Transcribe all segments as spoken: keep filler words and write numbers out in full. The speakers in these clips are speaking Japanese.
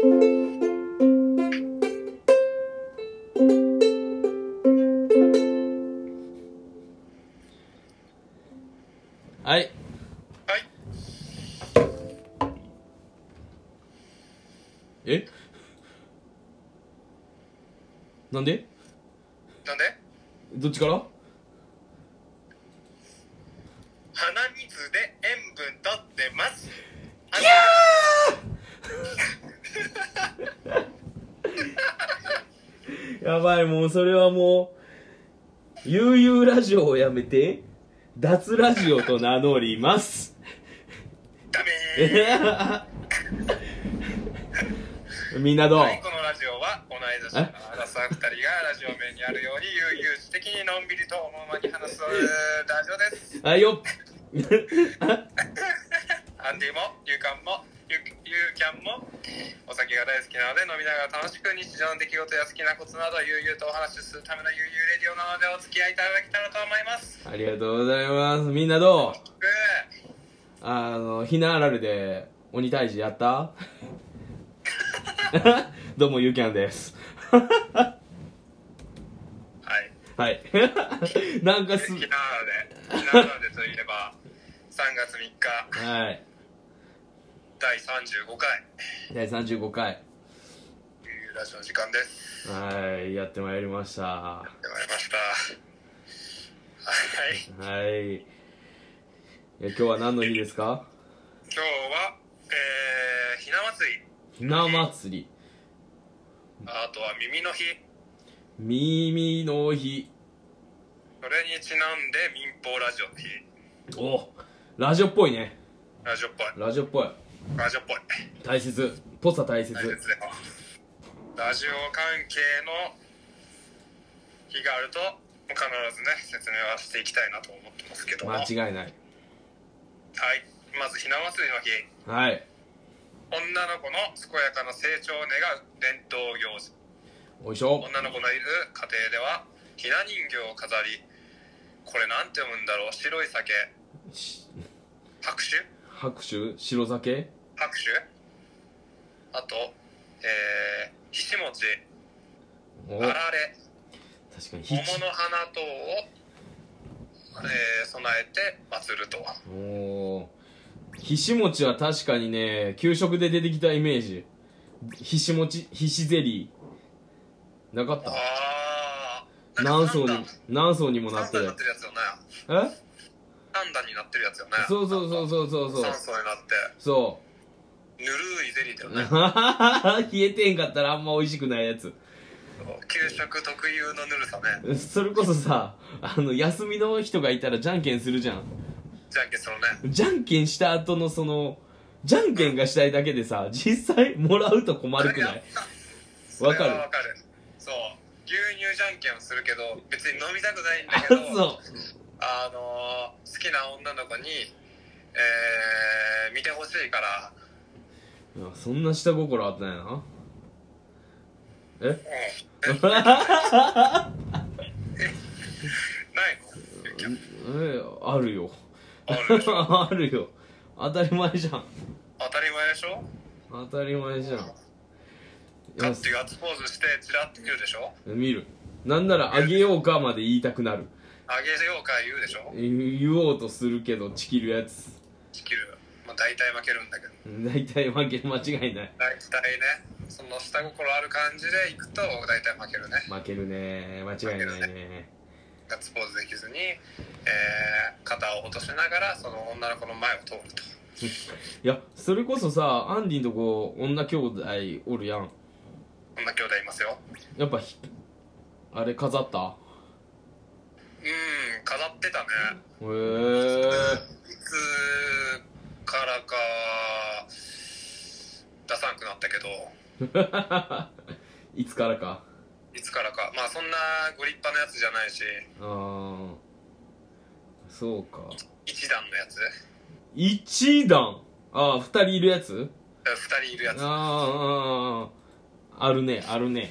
はい。 はい。 え？なんで？ なんで？ どっちから？ 鼻水で塩分取ってます。 いやーやばい、もうそれはもう悠々ラジオをやめて脱ラジオと名乗ります。 ダメーみんなどう？ はい、このラジオは同い年のアラサーふたりがラジオ面にあるように悠々自適にのんびりと思うまに話すラジオです。 はいよアンディもユーカンもユーキャンもお酒が大好きなので飲みながら楽しく日常の出来事や好きなことなど悠々とお話しするための悠々レディオなのでお付き合いいただけたらと思います。 ありがとうございます。みんなどう？ うあのひなあられで鬼退治やったどうもゆうきゃんですはいはいなんかすひなあられひなあられといえばさんがつみっかはいだいさんじゅうごかいだいさんじゅうごかいゆうラジオの時間です。 はいやってまいりました。 やってまいりました。はいはいいや今日は何の日ですか？ 今日は、えー、ひな祭り、 ひな祭り、 あとは耳の日、 耳の日、 それにちなんで民放ラジオの日。 おラジオっぽいね。 ラジオっぽいラジオっぽいラジオっぽい大切ぽさ大切大切だよ。ラジオ関係の日があると必ずね説明はしていきたいなと思ってますけども、 間違いない。 はい、まずひな祭りの日、 はい、 女の子の健やかな成長を願う伝統行事。 おいしょ。 女の子のいる家庭ではひな人形を飾り、これなんて読むんだろう、白い酒、白酒白酒白酒拍手、あと、えー、ひし餅、 おあられ、 確かにひ桃の花等を、えー、備えて祭ると。 おひし餅は確かにね給食で出てきたイメージ。ひし餅ひしゼリーなかった？ あー、 何層に何層にもなってるやつ。 三段になってるやつよね。 え三段になってるやつよね。 そうそうそうそうそうそう三層になってそうぬるいゼリーだよね冷えてんかったらあんま美味しくないやつ。 給食特有のぬるさね。 それこそさあの休みの人がいたらじゃんけんするじゃん。 じゃんけんするね。 じゃんけんした後のそのじゃんけんがしたいだけでさ実際もらうと困るくない？わかる？ わかる。そう牛乳じゃんけんをするけど別に飲みたくないんだけどそうあのー、好きな女の子に、えー、見てほしいから。 いやそんな下心あったんやな。え？ うん、ないの？ えあるよあるでしょあるよ当たり前じゃん。 当たり前でしょ。 当たり前じゃん。 ガッてガッツポーズしてチラッて見るでしょ。 見る。なんならあげようかまで言いたくなる。 あげようか言うでしょ。 言おうとするけどチキるやつ。 チキる。まあ大体負けるんだけど。 大体負け間違いない。 大体ねその下心ある感じでいくと大体負けるね。 負けるね間違いないね。 ねガッツポーズできずに、えー、肩を落としながらその女の子の前を通るといやそれこそさアンディんとこ女兄弟おるやん。 女兄弟いますよ。 やっぱあれ飾った？ うん飾ってたね。 へえいつからか出さんくなったけどいつからかいつからかまあそんなご立派なやつじゃないし。 ああそうか一段のやつ一段ああ二人いるやつ二人いるやつ。 あああるねあるね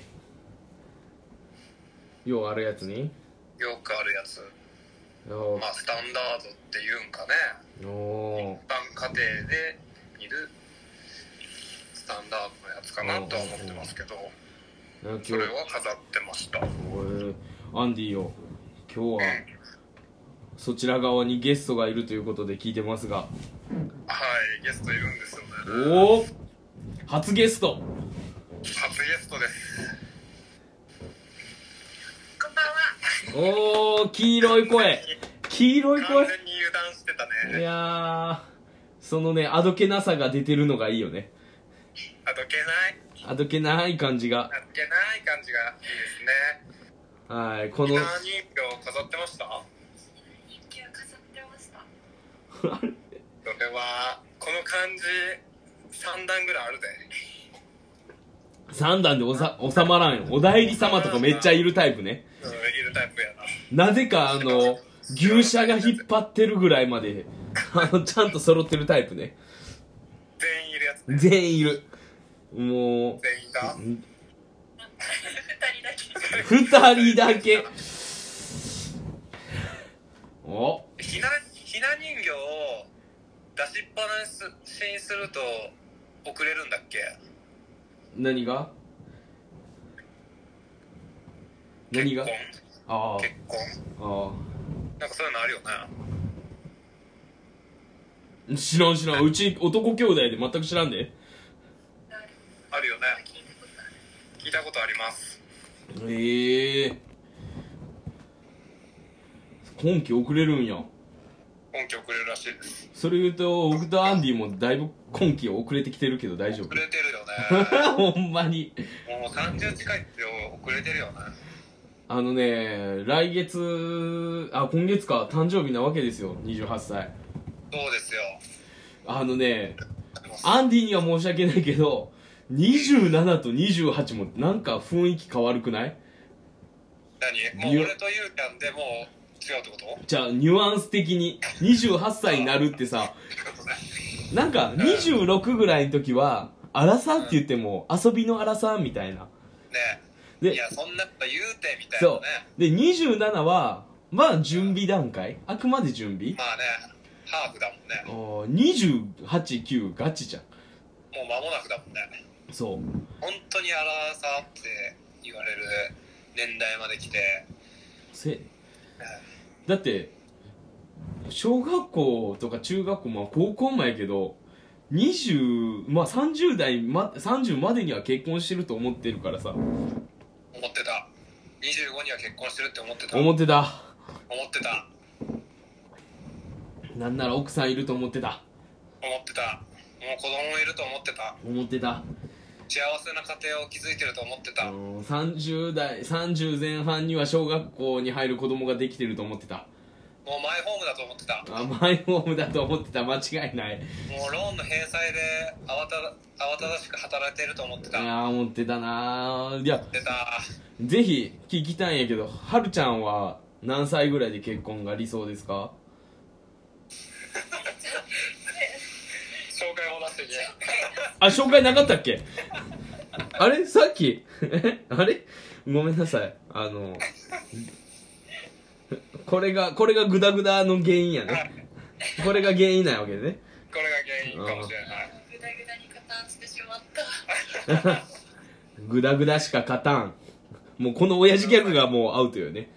ようあるやつによくあるやつ。 よまあスタンダードっていうんかね。 お一般家庭で見るススタンダードのやつかなとは思ってますけど、 今日それは飾ってました。 おいアンディよ、今日はそちら側にゲストがいるということで聞いてますが、 はい、ゲストいるんですよね。 おお初ゲスト初ゲストです。こんばんは。 おお黄色い声黄色い声完全に油断してたね。 いやーそのねあどけなさが出てるのがいいよね。 あどけないあどけない感じがあどけない感じがいいですね。 はいこのひな人形飾ってました？ 人形飾ってました。 それはこの感じさんだんぐらいあるで。 さんだんでおさ収まらんよ。お代理様とかめっちゃいるタイプね。 うん、いるタイプやな。 なぜかあの牛舎が引っ張ってるぐらいまであのちゃんと揃ってるタイプね。 全員いるやつね。 全員いる。もう全員だ。 二人だけ。 ふたりだけおひなひな人形を出しっぱなしにすると遅れるんだっけ？ 何が何が結あ婚結婚ああなんかそういうのあるよね。 あ知らん知らんうち男兄弟で全く知らんで。 あるよね。聞いたことあります。 ええー、今期遅れるんや。 今期遅れるらしいです。 それ言うと僕とアンディもだいぶ今期遅れてきてるけど大丈夫？ 遅れてるよね。 ほんまにもうさんじゅう近いってよ、遅れてるよね。 あのね来月あ今月か誕生日なわけですよ。にじゅうはっさい。 そうですよ。 あのねアンディには申し訳ないけどにじゅうななとにじゅうはちもなんか雰囲気変わるくない？ 何？もう俺とゆうちゃんでもう違うってこと？ じゃあニュアンス的ににじゅうはっさいになるってさなんかにじゅうろくぐらいの時はアラサーって言っても遊びのアラサーみたいなねでいやそんなこと言うてみたいなそうね。 でにじゅうななはまあ準備段階あくまで準備まあねハーフだもんね。 おにじゅうはち、きゅうガチじゃん。 もう間もなくだもんね。 そう本当にアラサーって言われる年代まで来て、 せだって小学校とか中学校まあ高校もやけどにじゅうまあさんじゅう代まさんじゅうまでには結婚してると思ってるからさ。 思ってた。にじゅうごには結婚してるって思ってた。 思ってた。 思ってた。 なんなら奥さんいると思ってた。 思ってた。もう子供もいると思ってた。 思ってた。 幸せな家庭を築いてると思ってた。もうんさんじゅう代さんじゅう前半には小学校に入る子供ができてると思ってた。 うマイホームだと思ってた。 あマイホームだと思ってた。間違いない。 もうローンの返済で慌た慌ただしく働いてると思ってた。 ああ思ってたなー。いや出た。 ぜひ聞きたいんやけどはるちゃんは何歳ぐらいで結婚が理想ですか？ 紹介もなしに。 あ紹介なかったっけ？あれさっきあれごめんなさいあのこれがこれがグダグダの原因やね。これが原因なわけでね。 これが原因かもしれない。 グダグダに加担してしまった。 グダグダしか勝たん。もうこの親父ギャグがもうアウトよね。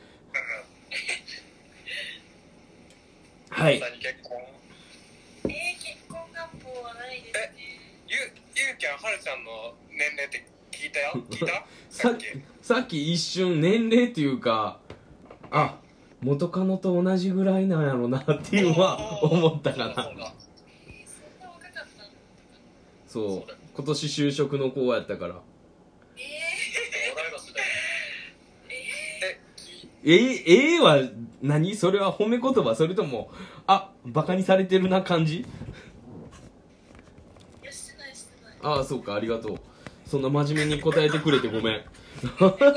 はい何結婚？ えー、結婚願望はないですね。 ゆゆうきゃんはるちゃんの年齢って聞いたよ。聞いた？ さっさっき。 さっき一瞬年齢っていうかあ元カノと同じぐらいなんやろなっていうのは思ったかな。 そうだ。 えー、そんな若かったの？ そう今年就職の子やったから。 え同い年だよ。 ー、ええ、きえええは何？それは褒め言葉それともあバカにされてるな感じ？ ー、いやしてないしてない。 ああそうかありがとう。そんな真面目に答えてくれてごめん。 これなんやねん。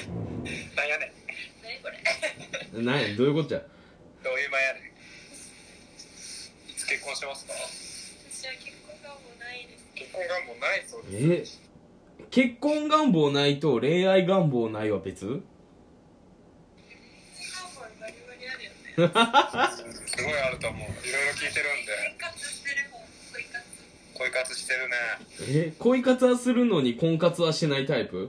何これ。 なんやどういうことじゃ。 どういう間やねん。いつ結婚しますか？ 私は結婚願望ないです。 結婚願望ないそうです。 え結婚願望ないと恋愛願望ないは別？ 願望バリバリあるよね。 すごいあると思う。いろいろ聞いてるんで。 恋活してるもん、恋活。 恋恋活してるね。 え恋活はするのに婚活はしないタイプ？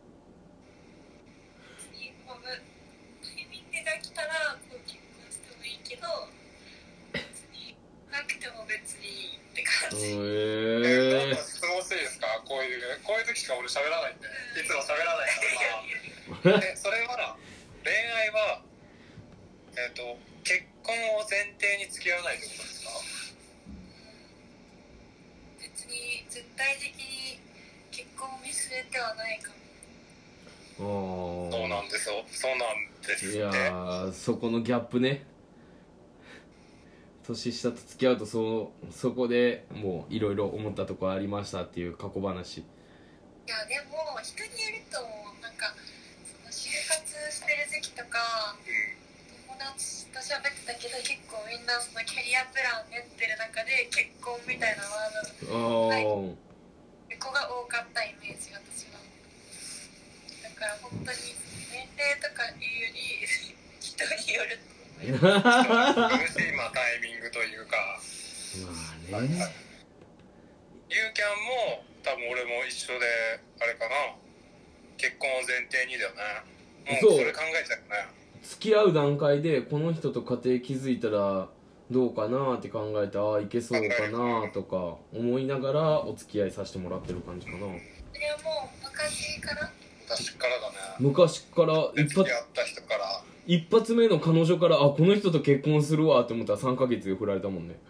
タイミングが来たらこう結婚してもいいけど、別になくても別にいいって感じ。 えー、 質問していいですか？こういうこういう時しか俺喋らないんで、いつも喋らないからまあえそれは恋愛はえっ、ー、と結婚を前提に付き合わないってことですか？ 別に絶対的に結婚を見据えてはないかも。 あそうなんですよ。そうなんですって。 いやーそこのギャップね。年下と付き合うとそそこでもういろいろ思ったとこありましたっていう過去話。 いやでも人によると思う。なんかその就活してる時期とか友達と喋ってたけど、結構みんなそのキャリアプラン練ってる中で結婚みたいなワードああ、 はい子が多かったイメージ、私は。だから本当に年齢とかいうより人によると思います。 苦しいまあタイミングというか。 まあね。 ユーキャンも多分俺も一緒であれかな。結婚を前提にだよね。もうそれ考えちゃうね。 付き合う段階でこの人と家庭築いたらどうかなって考えて、ああいけそうかなとか思いながらお付き合いさせてもらってる感じかな。 それはもう昔から昔からだね。 昔から一発付き合った人から一発目の彼女からあこの人と結婚するわって思ったらさんかげつで振られたもんね。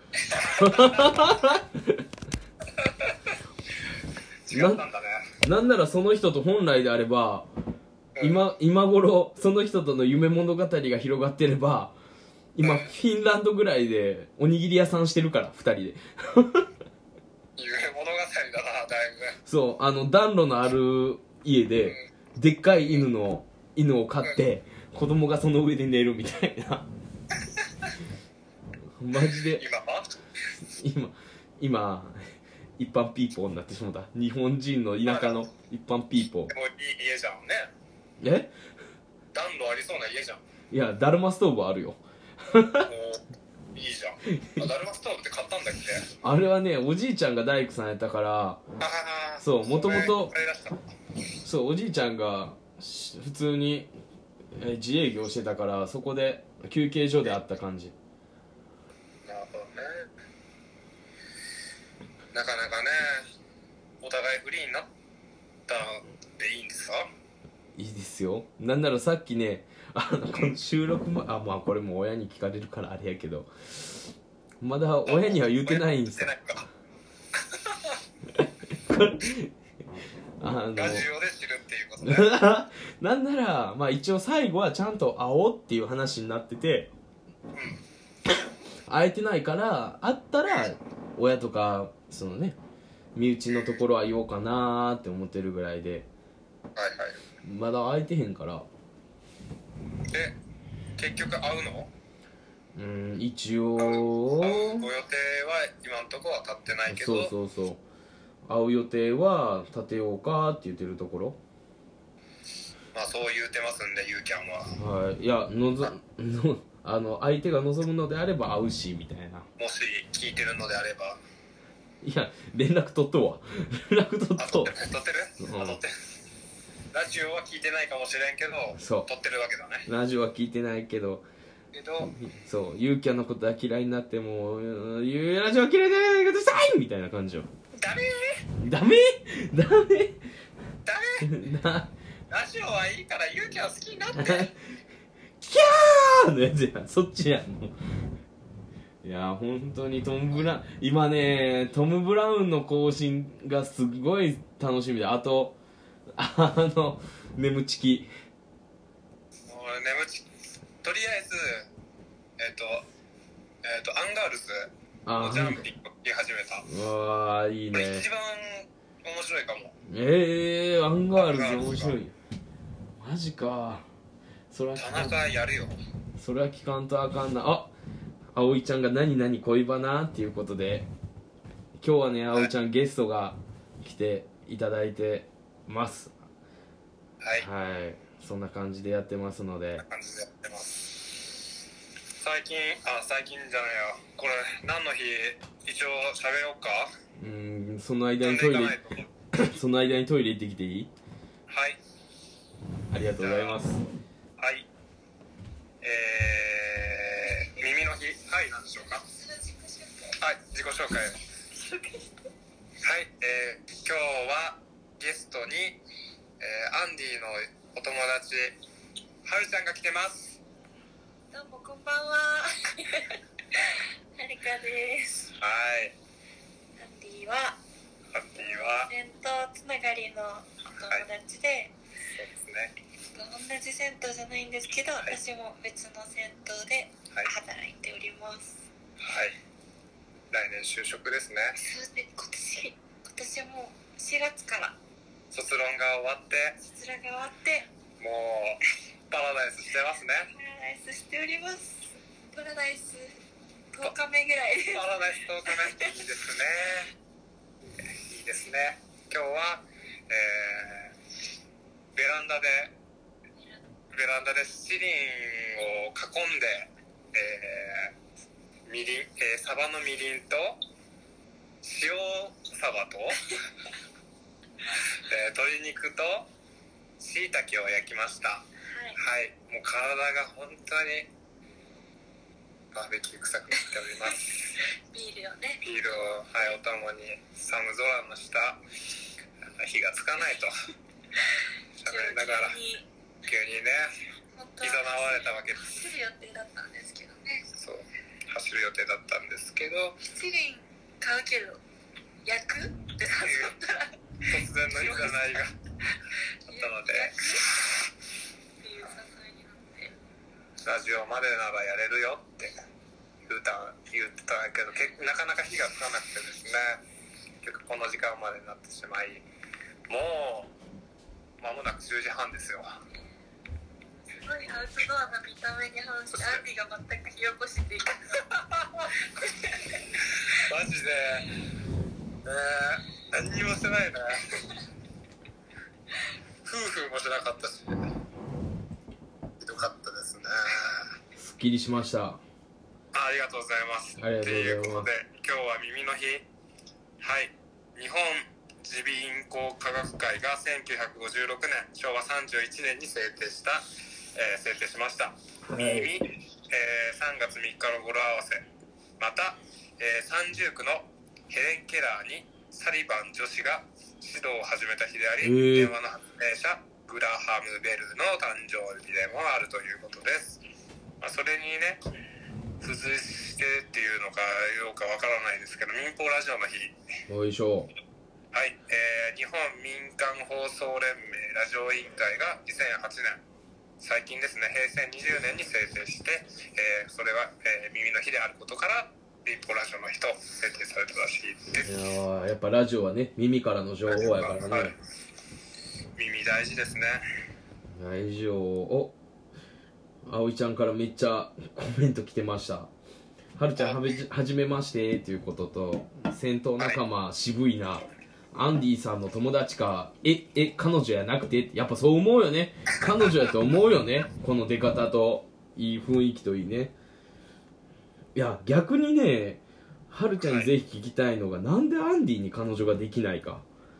違ったんだね。 な, なんならその人と本来であれば、 うん、 今, 今頃その人との夢物語が広がってれば今、うん、フィンランドぐらいでおにぎり屋さんしてるからふたりで。 夢物語だなだいぶ。 そうあの暖炉のある家で、うん、でっかい犬の犬を飼って、うん、子供がその上で寝るみたいな。マジで今は今今一般ピーポーになってしまった。日本人の田舎の一般ピーポー。 でもいい家じゃんね。 え暖炉ありそうな家じゃん。 いやダルマストーブあるよ。 いいじゃん。あダルマストーブって買ったんだっけ？ あれはねおじいちゃんが大工さんやったから、そうもともとそうおじいちゃんが普通に自営業してたからそこで休憩所であった感じ。 なるほどね。なかなかねお互いフリーになったでいいんですか？ いいですよ。なんならさっきねあのこの収録もあまあこれも親に聞かれるからあれやけどまだ親には言ってないんですよ。あのラジオで知るっていうことね。 なんならまあ一応最後はちゃんと会おうっていう話になってて、うん、会えてないから会ったら親とかそのね身内のところは言おうかなーって思ってるぐらいで、 はいはい、 まだ会えてへんから。 で結局会うの？ うん、一応会うご予定は今のところは立ってないけど、 そうそうそう会う予定は立てようかって言ってるところ。 まあそう言うてますんでユーキャンは。 はい、いやのぞのあの相手が望むのであれば会うしみたいな。 もし聞いてるのであれば。 いや連絡取っとわ連絡取っと。 あ取ってる取ってる、うん、あ取ってる。ラジオは聞いてないかもしれんけどそう撮ってるわけだね。 ラジオは聞いてないけどけどそうユーキャンのことは嫌いになってもユーラジオは嫌いにならないでくださいみたいな感じよ。 ダメーダメダメダメなラジオはいいからユーキャン好きになってキャーのやつやんそっちやんもう。いや本当にトム・ブラウン今ねトム・ブラウンの更新がすごい楽しみで、あとあの眠ちき俺眠ちとりあえずえっ、ー、とえっ、ー、とアンガールズのジャンピングを聞き始めた。 うわーいいね。 一番面白いかも。 ええー、アンガールズ面白い。マジか。それは田中やるよ。 それは聞かんとあかんな。あ葵ちゃんが何々恋バナっていうことで今日はね葵ちゃんゲストが来ていただいてます。 はい、 はい、そんな感じでやってますので。 そんな感じでやってます。 最近、あ、最近じゃないよ。これ何の日一応喋ろうか。 うーん、その間にトイレその間にトイレ行ってきていい？ はい。 ありがとうございます。 はい。えー、耳の日、はい、何でしょうか。はい、自己紹介を。はい、えー、今日はゲストに、えー、アンディのお友達、はるちゃんが来てます。 どうもこんばんは。はるかです。 はい。 アンディは、 アンディは、 銭湯つながりのお友達で、 はい、そうですね。 同じ銭湯じゃないんですけど、はい、私も別の銭湯で働いております。 はい。来年就職ですね。 そうで、今年、今年もしがつから卒論が終わって、 卒論が終わって、もうパラダイスしてますね。 パラダイスしております。パラダイスとおかめぐらいです。 パラダイスとおかめ、いいですね。いいですね。今日は、えー、ベランダでベランダで七輪を囲んで、えー、みりん、えー、サバのみりんと塩サバと、えー、鶏肉と椎茸を焼きました。はい、はい、もう体が本当にバーベキュー臭くなっております。 ビールをね、 ビールを、はい、お供に寒空の下火がつかないと喋りながら急にね、いざなわれたわけです。 走る予定だったんですけどね。 そう、走る予定だったんですけど、 七輪買うけど焼くってなったら突然のいざないがあったので、 っていう誘いになって、 ラジオまでならやれるよって言うた言ってたけど、結なかなか火がつかなくてですね、結局この時間までになってしまい、もう間もなくじゅうじはんですよ。 すごいアウトドアな見た目に反してアンディが全く火起こしでいくマジで、えー、何にもしてないね。夫婦もしなかったし、ひどかったですね。 すっきりしました。 あ, ありがとうございます。 ありがとうございます。 ということで今日は耳の日、はい、日本耳鼻咽喉科学会がせんきゅうひゃくごじゅうろくねんしょうわさんじゅういちねんに制定した、えー、制定しました、はい、耳、えー、さんがつみっかの語呂合わせ、また、えー、三重苦のヘレン・ケラーにサリバン女子が指導を始めた日であり、電話の発明者グラハム・ベルの誕生日でもあるということです。まあ、それにね付随してっていうのかどうかわからないですけど、民放ラジオの日、 おいしょ。 はい、えー、日本民間放送連盟ラジオ委員会がにせんはちねん、最近ですね、へいせいにじゅうねんに制定して、えー、それは、えー、耳の日であることから民放ラジオの日と制定されたらしいです。 いややっぱラジオはね、耳からの情報やからね、はい、 耳大事ですね。 大事よ。お、葵ちゃんからめっちゃコメント来てました。はるちゃんはじ、はじめましてっていうことと、戦闘仲間、はい、渋いな、アンディさんの友達か、え、え、彼女やなくて、やっぱそう思うよね。彼女やと思うよね。この出方と、いい雰囲気といいね。いや、逆にね、はるちゃんにぜひ聞きたいのが、はい、なんでアンディに彼女ができないか。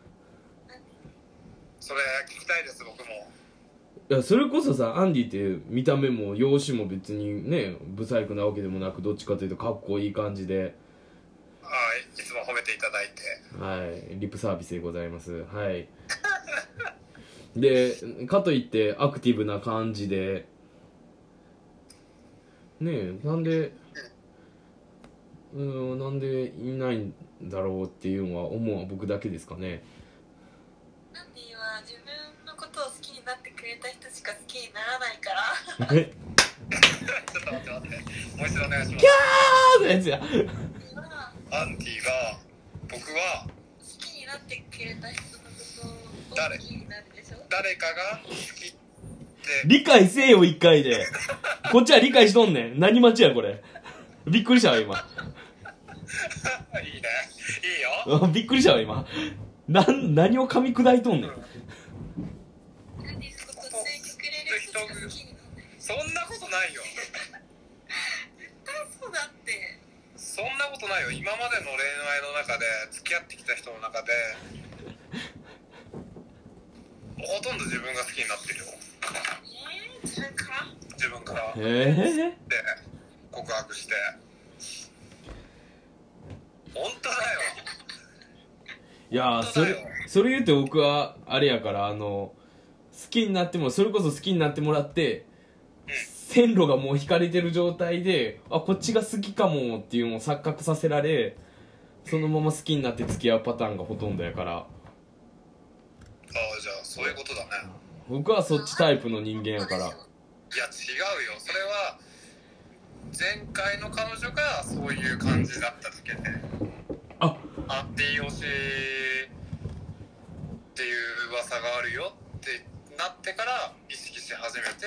それ聞きたいです、僕も。 いや、それこそさ、アンディって見た目も容姿も別にね、ブサイクなわけでもなく、どっちかというとかっこいい感じで、 はい、いつも褒めていただいて、 はい、リップサービスでございます。はいで、かといってアクティブな感じでねえ、なんでうーん、なんでいないんだろうっていうのは思うのは僕だけですかね。 アンディは自分のことを好きになってくれた人しか好きにならないからえちょっと待って待って、もう一度お願いします。 キャーのやつやアンディが僕は好きになってくれた人のことを好きになるでしょ。誰かが好きって理解せえよ一回でこっちは理解しとんねん。何待ちやこれ。びっくりしたわ今いいね、いいよびっくりしたわ今。な何を噛み砕いとんねん。 そんなことないよそんなことないよ。今までの恋愛の中で付き合ってきた人の中でほとんど自分が好きになってるよ。 えー、自分から自分からへえで告白して。本当だよ。 いやーそれそれ言うと僕はあれやからあの好きになってもそれこそ好きになってもらって、うん、線路がもう引かれてる状態であこっちが好きかもっていうのを錯覚させられそのまま好きになって付き合うパターンがほとんどやから。 ああじゃあそういうことだね。 僕はそっちタイプの人間やから。いや違うよ。 それは前回の彼女がそういう感じだっただけであアンディ推しっていう噂があるよってなってから意識し始めて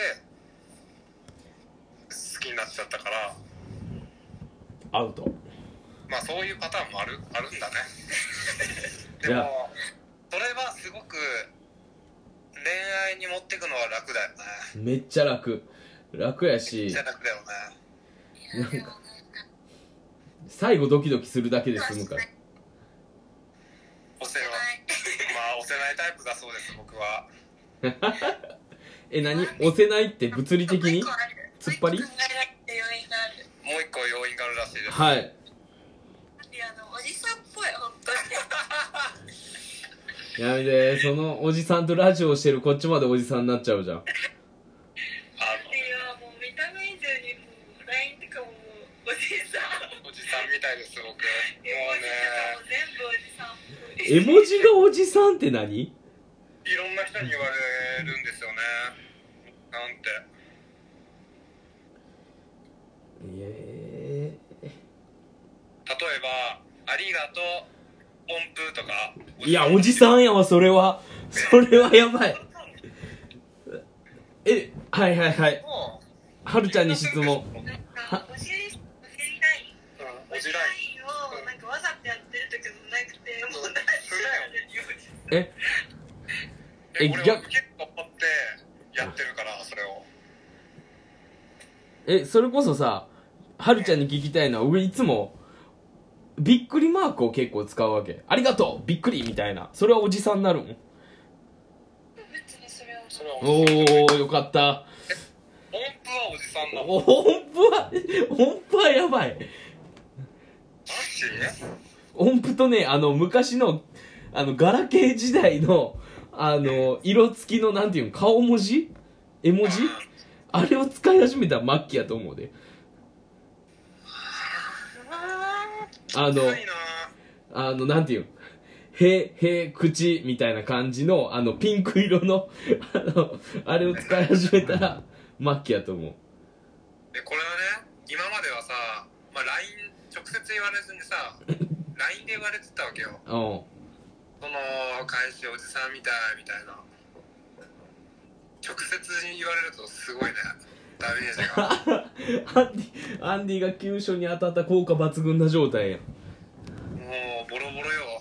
好きになっちゃったからアウト。 まあそういうパターンもあるあるんだねでもそれはすごく恋愛に持っていくのは楽だよね。 めっちゃ楽楽やしめっちゃ楽だよね。 なんか最後ドキドキするだけで済むから。 押せないまあ押せないタイプだそうです僕はえ何押せないって物理的に突っ張り。 もう一個要因があるらしいです。 はい。 いやあのおじさんっぽい本当にやめてそのおじさんとラジオしてるこっちまでおじさんになっちゃうじゃん。 みたいです僕。もうね絵文字がおじさんって何？ いろんな人に言われるんですよね。なんてえー、 例えばありがとう音符とか。 いやおじさんやわそれはそれはやばいえはいはいはいはるちゃんに質問。はおじラインをなんかわざとやってるとかなくてもうええ俺は結構持ってやってるからそれを。 えそれこそさはるちゃんに聞きたいのは俺いつもびっくりマークを結構使うわけ。ありがとうびっくりみたいな。それはおじさんになるん？ 別にそれはそれはおーよかった。 音符はおじさんなの？ 音符は音符はやばい。音符とねあの昔のあのガラケー時代のあの色付きのなんていうの顔文字絵文字あれを使い始めた末期やと思うで。あのあのなんていうのへへ口みたいな感じのあのピンク色のあのあれを使い始めたら末期やと思う。 でこれはね今まではさ、まあ、ライン直接言われずにさライン で言われてたわけよ。 おその返しおじさんみたいみたいな直接に言われるとすごいねダメージがアンディアンディが急所に当たった効果抜群な状態や。 もうボロボロよ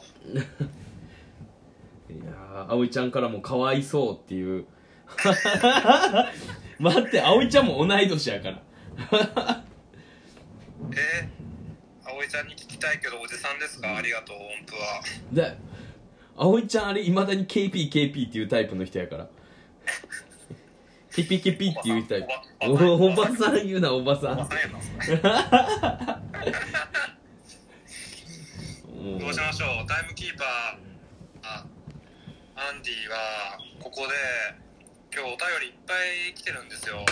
いやー葵ちゃんからもかわいそうっていう待って葵ちゃんも同い年やからえー、葵ちゃんに聞きたいけどおじさんですか？ありがとう音符は。 で葵ちゃんあれいまだに ケーピーケーピー っていうタイプの人やからケピケピっていうタイプ。おおばさん言うなおばさん。 おばさんやなどうしましょう。タイムキーパーあアンディはここで今日お便りいっぱい来てるんですよ。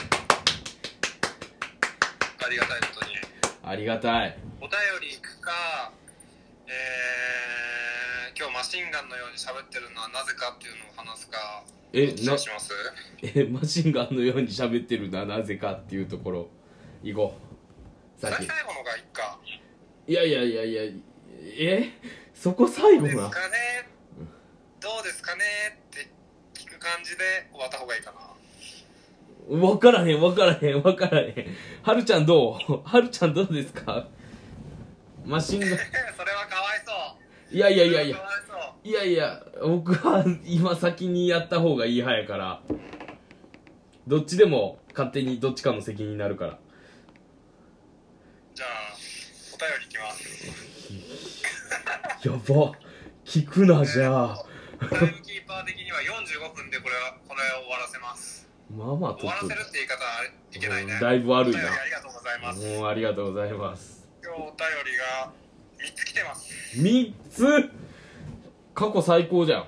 ありがたいことに。 ありがたい。 お便りいくか、えー、今日マシンガンのように喋ってるのはなぜかっていうのを話すか。 えどうします？ えマシンガンのように喋ってるのはなぜかっていうところ行こう。 最後のがいっか。 いやいやいやいやえそこ最後な。 どうですかねどうですかねって聞く感じで終わった方がいいかな。 分からへん分からへん分からへん。はるちゃんどう？はるちゃんどうですか？マシンガンそれはかわいそう。 いやいやいやいやかわいそう。 いやいや僕は今先にやった方がいい派やからどっちでも勝手にどっちかの責任になるから。 じゃあおりきます。 やば、聞くなじゃあ。 タイムキーパー的にはよんじゅうごふんでこれはこれを終わらせます。 まあまあ終わらせるって言い方はいけないね。 だいぶ悪いな。 お便りありがとうございます。 もうありがとうございます。 今日お便りがみっつ来てます。 みっつ、過去最高じゃん。 はい、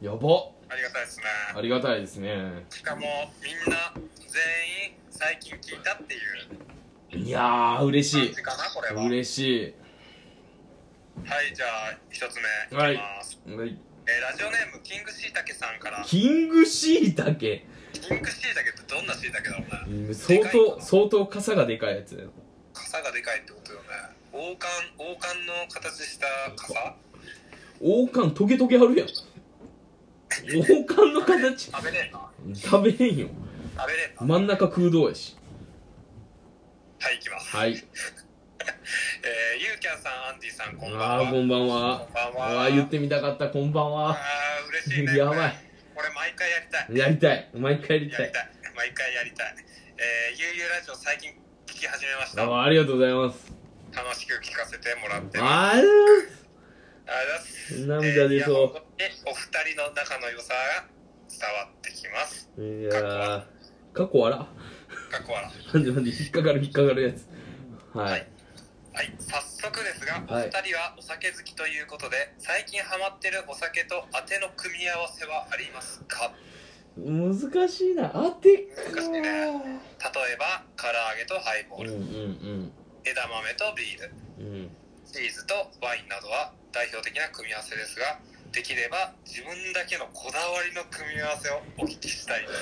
やば、 ありがたいですね。 ありがたいですね。 しかもみんな全員最近聞いたっていういやー嬉しい、 感じかなこれは。 嬉しい。 はい、じゃあひとつめはいいきます、 はい、 えーラジオネームキングシイタケさんから。 キングシイタケ、 キングシイタケってどんなシイタケだろうね。 相当相当傘がでかいやつだよ。 傘がでかいってことよね。王冠王冠の形した傘。 王冠トゲトゲあるやん。王冠の形食べれんな。 食べれんよ。 食べれんな。 真ん中空洞やし。 はい、いきます。 はい。 えー、ゆうきゃんさん、アンディさん、こんばんは。 あーこんばんは。 こんばんは。 あー言ってみたかった、こんばんは。 あー嬉しいね。 やばい。 これ毎回やりたい。 やりたい、毎回やりたい。 やりたい。毎回やりたい。えー、ゆうゆうラジオ最近聞き始めました。 あーありがとうございます。 楽しく聞かせてもらってます。 ありがとうございます。 ありがとうございます。 涙出そう。 えー、いや本当にお二人の仲の良さが伝わってきます。 いやー、過去あら。 かっこ笑なんでなんで引っかかる引っかかるやつ。はい。 はい、はい、早速ですが、おはい二人はお酒好きということで、最近ハマってるお酒とあての組み合わせはありますか？ 難しいな、当てか。 難しいね。例えば唐揚げとハイボール、 うんうん枝豆とビール、 うんうん。 チーズとワインなどは代表的な組み合わせですが、できれば自分だけのこだわりの組み合わせをお聞きしたいです。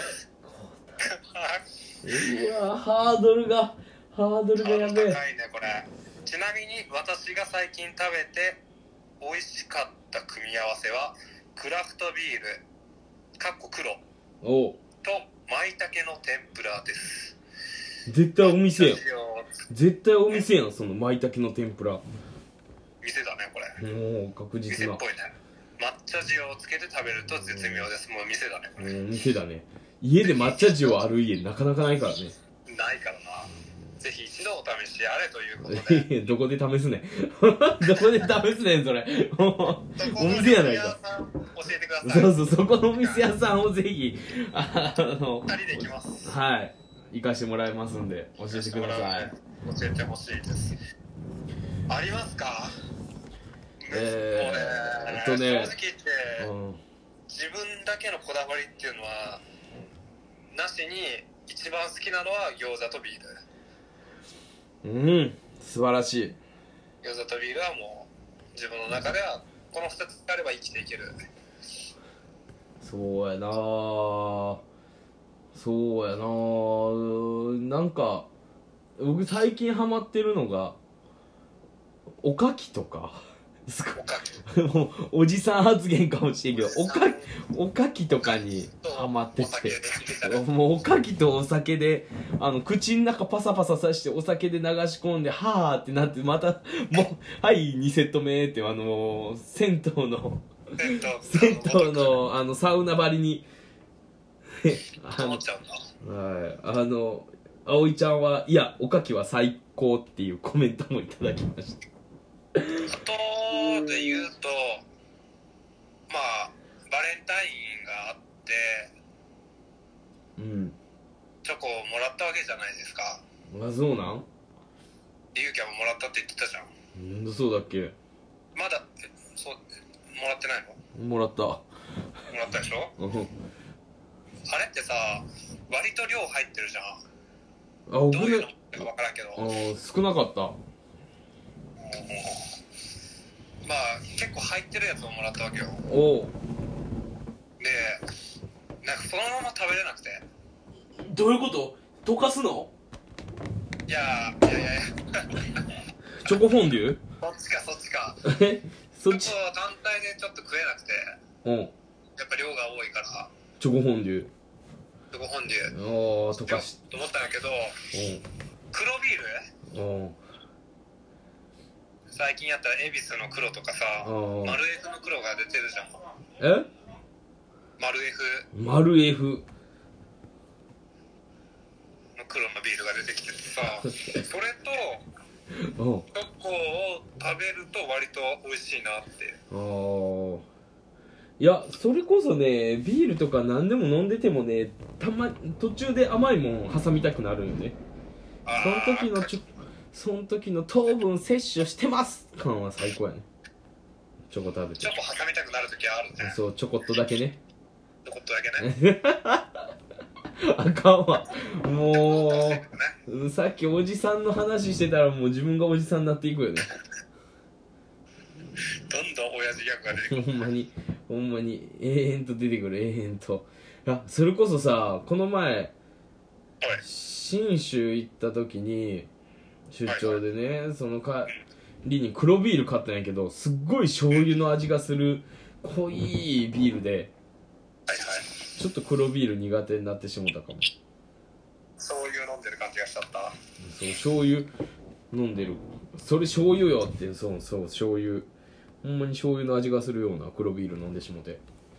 うわ、ハードルがハードルがやべえ。 高いねこれ。ちなみに私が最近食べて美味しかった組み合わせはクラフトビールかっこ黒おう、 と舞茸の天ぷらです。 絶対お店やん。 店絶対お店やん、その舞茸の天ぷら。 だねこれ。 もう確実な。 店っぽいね。抹茶塩をつけて食べると絶妙です。もう店だねこれ。 もう店だね。家で抹茶塩ある家なかなかないからね。 ないからな。ぜひ一度お試しあれということで。 どこで試すねん。どこで試すねんそれ。お店やないか。 教えてください。 そうそう、そこのお店屋さんをぜひあの二人で行きます。 はい、行かしてもらいますんで教えてください。 教えてほしいです。ありますか？ えー、えっとね、 正直言って、 うん、 自分だけのこだわりっていうのはなしに、一番好きなのは餃子とビール。 うん、素晴らしい。 餃子とビールはもう自分の中ではこのふたつあれば生きていける。 そうやなぁ、そうやなぁ、なんか僕最近ハマってるのがおかきとか。 おかきもうおじさん発言かもしれんけど、おかおかきとかにハマってて、もうおかきとお酒であの口の中パサパサさしてお酒で流し込んではーってなって、またもうはいにセット目ってあの銭湯の銭湯のあのサウナ張りにあの、はい、あの葵ちゃんはいやおかきは最高っていうコメントもいただきました。 あとで言うと、まあバレンタインがあって、 うん、 チョコをもらったわけじゃないですか。 あ、そうなん？ ゆうきゃんももらったって言ってたじゃん。 なんだそうだっけ？ まだそうもらってないの？ もらった。 もらったでしょ？あれってさ、割と量入ってるじゃん。 あ、僕どういうのか分からんけど。 あ、少なかった。 まあ結構入ってるやつをもらったわけよ。 おう。 で、なんかそのまま食べれなくて。 どういうこと？溶かすの？ いやいやいやいやチョコフォンデュ？ そっちかそっちか。 え、そっち？ チョコ単体でちょっと食えなくて。 うん。 やっぱ量が多いから。 チョコフォンデュ。 チョコフォンデュ。 ああ、溶かし。 と思ったんだけど。 うん。 黒ビール？ うん。 最近やったら恵比寿の黒とかさ、マルエフの黒が出てるじゃん。 え？ マルエフ。 マルエフの黒のビールが出てきててさ、 さ、それとおチョコを食べると割と美味しいなって。 あーいやそれこそねビールとか何でも飲んでてもねたま途中で甘いもん挟みたくなるよね。その時のちょその時の糖分摂取してます感は最高やね。チョコ食べてチョコ挟みたくなる時あるね。 そうちょこっとだけねちょこっとだけね。 あかんわもうさっきおじさんの話してたらもう自分がおじさんになっていくよね。 どんどん親父ギャグが出てくる。 ほんまにほんまに永遠と出てくる永遠と。あそれこそさこの前信州行った時に出張でねその帰りに黒ビール買ったんやけどすっごい醤油の味がする濃いビールではいはい。 ちょっと黒ビール苦手になってしもたかも。 そういう飲んでる感じがしちゃった。 そう醤油飲んでるそれ醤油よってそうそう醤油ほんまに醤油の味がするような黒ビール飲んでしもて。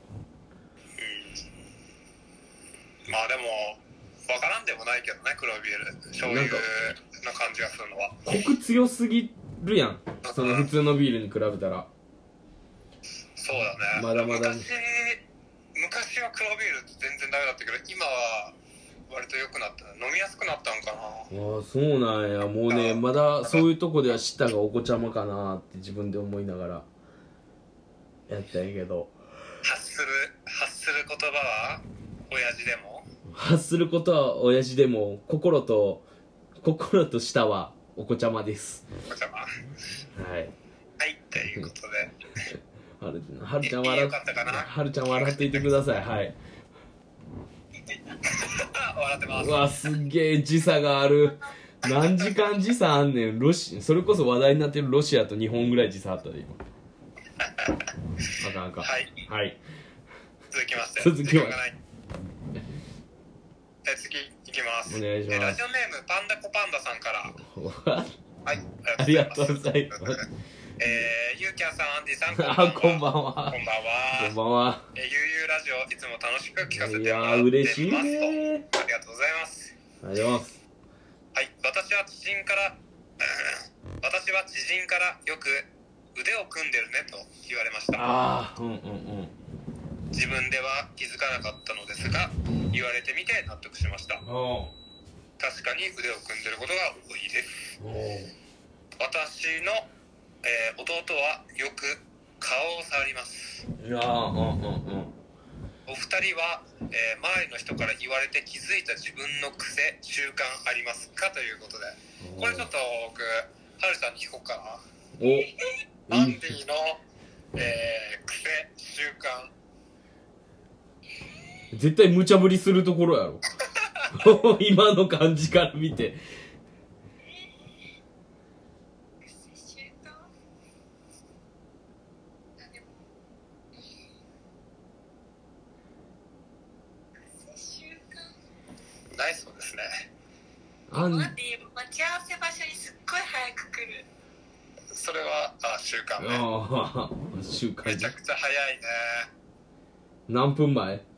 まあでも分からんでもないけどね黒ビール醤油な感じがするのは。 コク強すぎるやんその普通のビールに比べたら。 そうだね。 まだまだ昔昔は黒ビール全然ダメだったけど今は割と良くなった。飲みやすくなったんかな。 ああそうなんや。もうねまだそういうとこでは舌がお子ちゃまかなって自分で思いながらやったんやけど発する発する言葉は親父でも発することは親父でも心と心と舌はお子ちゃまです。 おちゃまははいいっていうことではるはるちゃん笑っよかったかな。 はるちゃん笑っていてください。はい笑ってます。 うわすっげえ時差がある。何時間時差あんねん。ロシそれこそ話題になってるロシアと日本ぐらい時差あったで今。あかんあかん。 はいはい続きまして続きます時間がないえ次いきます。 お願いしますえラジオネームパンダコパンダさんからはいありがとうございます。 えー、ゆうきゃんさん、アンディさん、こんばんあは。 こんばんは。 こんばんは。 こんばんは。 えー、ゆうゆうラジオ、いつも楽しく聞かせていやもらってます。 ー嬉しいねー。 ありがとうございます。 ありがとうございます。 はい、私は知人から、私は知人からよく腕を組んでるねと言われました。 ああ、うんうんうん。 自分では気づかなかったのですが、言われてみて納得しました。 お確かに腕を組んでることが多いです。 お私のえー、弟はよく顔を触ります。 いやーうんうんうん。 お二人は、えー、周りの人から言われて気づいた自分の癖習慣ありますかということで、これちょっと僕はるさんに聞こうかな。 おアンディの、えー、癖習慣絶対無茶ぶりするところやろ今の感じから見て。 ないそうですね。 アン待って待ち合わせ場所にすっごい早く来る。 それはあ習慣ね。 ああ習慣めちゃくちゃ早いね。 何分前？ いやもう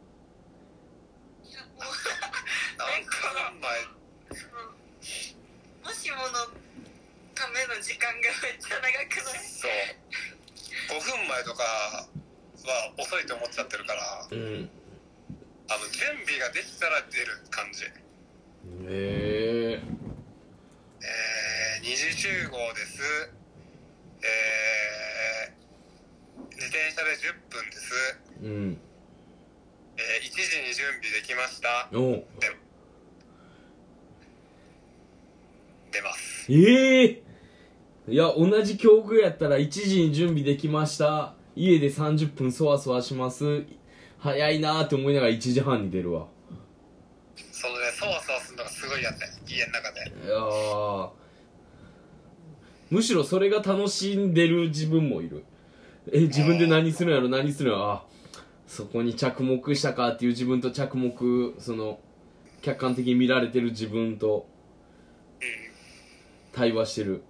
何分前？ もしものための時間がめっちゃ長くない？ そうごふんまえとかは遅いと思っちゃってるから、 うん。 あの準備ができたら出る感じ。 へえ。 えー、二次集合です。えー、自転車でじゅっぷんです。 うん。 えー、いちじに準備できました。 おで出ます。 ええー、いや同じ境遇やったらいちじに準備できました。家でさんじゅっぷんそわそわします。早いなーって思いながらいちじはんに出るわ。 そのね、そわそわするのがすごいやつね、家の中で。 いやーむしろそれが楽しんでる自分もいる。え自分で何するんやろ何するんやろ、あそこに着目したかっていう自分と着目、その客観的に見られてる自分と対話してる。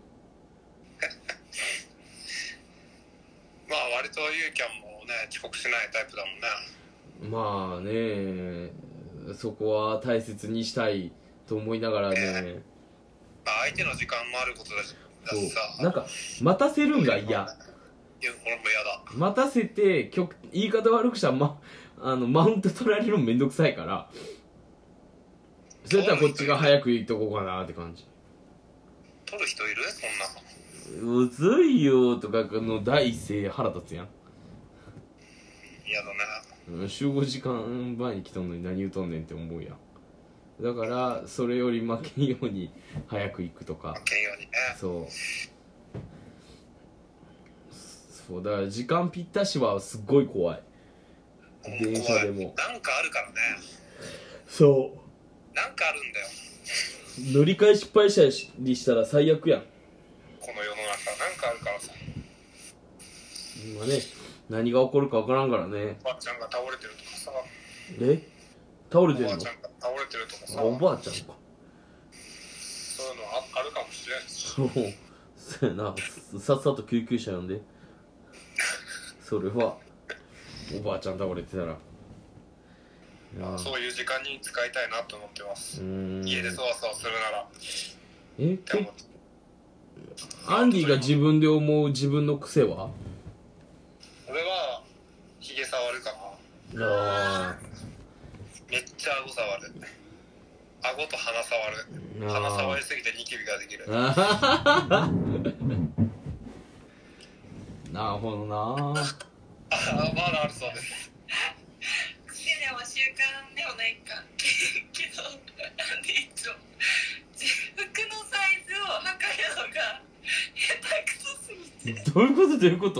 まあ割とユーキャンもね遅刻しないタイプだもんね。 まあねそこは大切にしたいと思いながらね、 まあ、相手の時間もあることだしだしさ、 なんか待たせるんが嫌。 いや俺も嫌だ。 待たせて曲言い方悪くしたら、ま、あのマウント取られるのめんどくさいから、それやったらこっちが早く言っとこうかなって感じ。 取る人いるそんなの。 うずいよとかの第一声腹立つやん。 嫌だね。 集合時間前に来とんのに何言うとんねんって思うやん。だからそれより負けんように早く行くとか。 負けんようにね。 そうそうだから時間ぴったしはすっごい怖い。電車でもなんかあるからね。 そなんかあるんだよ。 う乗り換え失敗したりしたら最悪やん。 この世の中なんかあるからさ。 今ね何が起こるか分からんからね。 おばあちゃんが倒れてるとかさ。 え倒れてるの？ おばあちゃんが倒れてるとかさ。 あ、おばあちゃんか。 そういうの あ, あるかもしれないし。 そうそうやな。さっさと救急車呼んで。それはおばあちゃん倒れてたら。 まあ、そういう時間に使いたいなと思ってます。 うーん家でそわそわするなら。 えでもアンディが自分で思う自分の癖は？ 俺はヒゲ触るかな。 あめっちゃ顎触る。顎と鼻触る。 あー鼻触りすぎてニキビができる。 あはなるほどな。 あまだあるそうです。 癖でも習慣でもないかけど、なんでいつも服のサイズを測るのが下手くそすぎて。 どういうことどういうこと？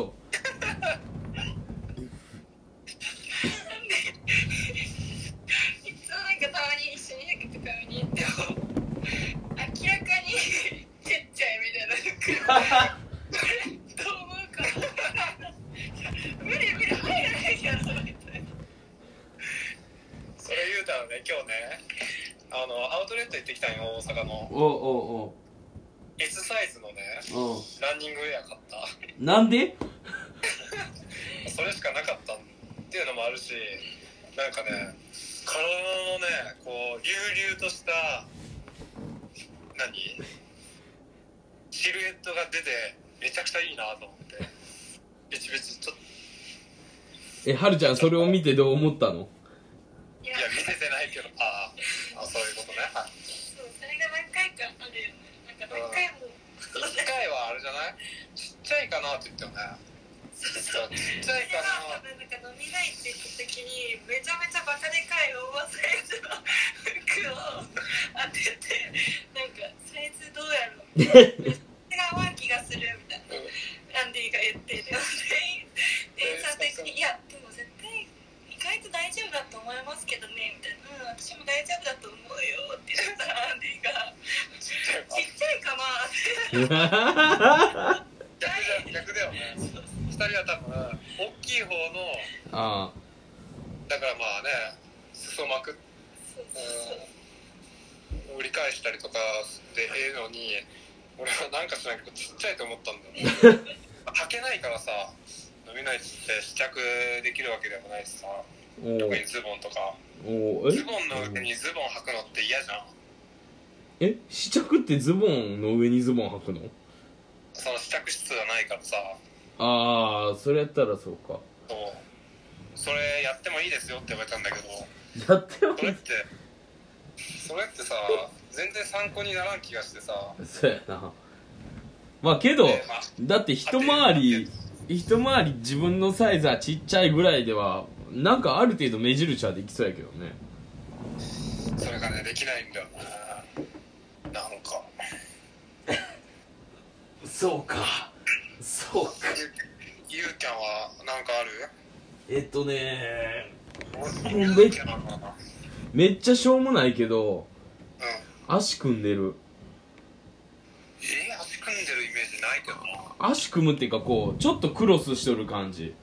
いつもなんかたまに一緒に服とか見に行っても明らかにちっちゃいみたいな服これどう思うか無理無理入らないやろみたいな。 それ言うたらね、今日ね、あのアウトレット行ってきたんよ、大阪の。 おおお S サイズのね、 おランニングウェア買った。 なんで？ それしかなかったっていうのもあるし、なんかね、体のね、こう隆々とした何シルエットが出てめちゃくちゃいいなと思って、ビチビチちょっと。 え、はるちゃんそれを見てどう思ったの？ いやいや見せてないけど、ああ、そういうことね。はい。 そう、それが何回かあるよね。なんか何回も一回はあれじゃない？ちっちゃいかなって言ったよね。 そうそう。 ちっちゃいかな。 なんか飲みないって言った時にめちゃめちゃバカでかいオーバーサイズの服を当てて、なんかサイズどうやろう違う気がするみたいなアンディが言って、でも店員さん的にいやでも絶対意外と大丈夫だと思いますけどねみたいな、うん私も大丈夫だと思うよって言ったらアンディがちっちゃいかなって逆だ逆だよね。ふたりは多分大きい方のああだからまあね、裾巻く、 そうそうそううん、売り返したりとかでええのに、俺はなんかしないけどちっちゃいと思ったんだよね。履けないからさ、飲みないって試着できるわけでもないしさ、 お特にズボンとか。 おえズボンの上にズボン履くのって嫌じゃん。 え試着ってズボンの上にズボン履くの？ その試着室がないからさ。 ああそれやったらそうか。 そうそれやってもいいですよって言われたんだけど、 やってもそれってそれってさ全然参考にならん気がしてさ。 そうやな。まあけど、 でまあだって一回り一回り自分のサイズはちっちゃいぐらいではなんかある程度目印はできそうやけどね。 それがねできないんだよな。なんかそうかそうか。 ゆゆうちゃんはなんかある？ えっとねゆめうちゃんなんかな。 めっちゃしょうもないけどうん。 足組んでる。 えー、足組んでるイメージないけどな。 足組むっていうかこうちょっとクロスしとる感じ。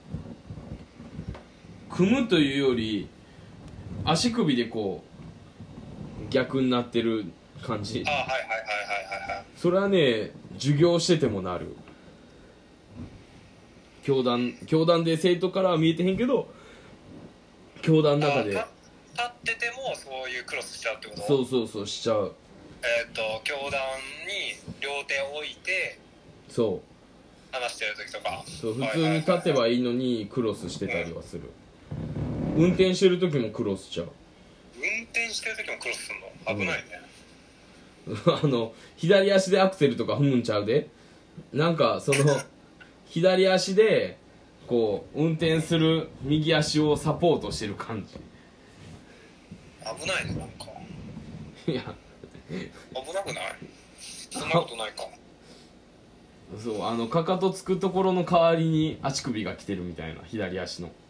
組むというより足首でこう逆になってる感じ。 あ、はいはいはいはいはいはい。 それはね授業しててもなる。教壇教壇で生徒からは見えてへんけど教壇の中であっててもそういうクロスしちゃうってこと？ そうそうそうしちゃう。 えっ、ー、と教団に両手を置いてそう話してる時とか、 そう普通に立てばいいのにクロスしてたりはする、うん、運転してる時もクロスしちゃう。 運転してる時もクロスするの危ないね、 うん、あの左足でアクセルとか踏むんちゃうで。なんかその左足でこう運転する右足をサポートしてる感じ。 危ないね。なんかいや危なくない？そんなことないか。 そうあのかかとつくところの代わりに足首が来てるみたいな、左足の。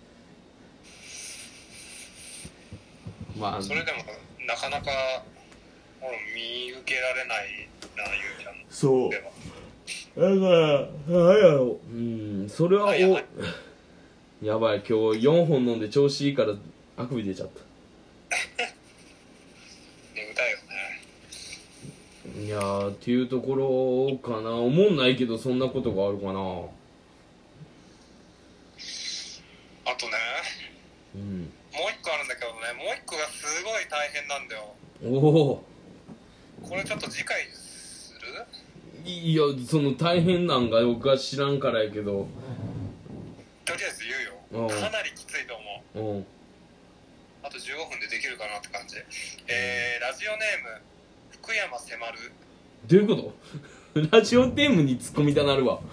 まあそれでもなかなか見受けられないな、ゆうちゃん。 そうだから何やろう、うん、それはおやばいやばい、今日よんほん飲んで調子いいからあくび出ちゃった眠たいよね。 いやーっていうところかな。思んないけどそんなことがあるかな。 あとね、 うん、 もう一個あるんだけどね、もう一個がすごい大変なんだよ。 おお、 これちょっと次回する？ いやその大変なんが僕は知らんからやけど、 とりあえず言うよ。かなりきついと思う。 うん、 あとじゅうごふんでできるかなって感じ。えー、ラジオネーム福山せまる。 どういうことラジオネームに突っ込みたなるわ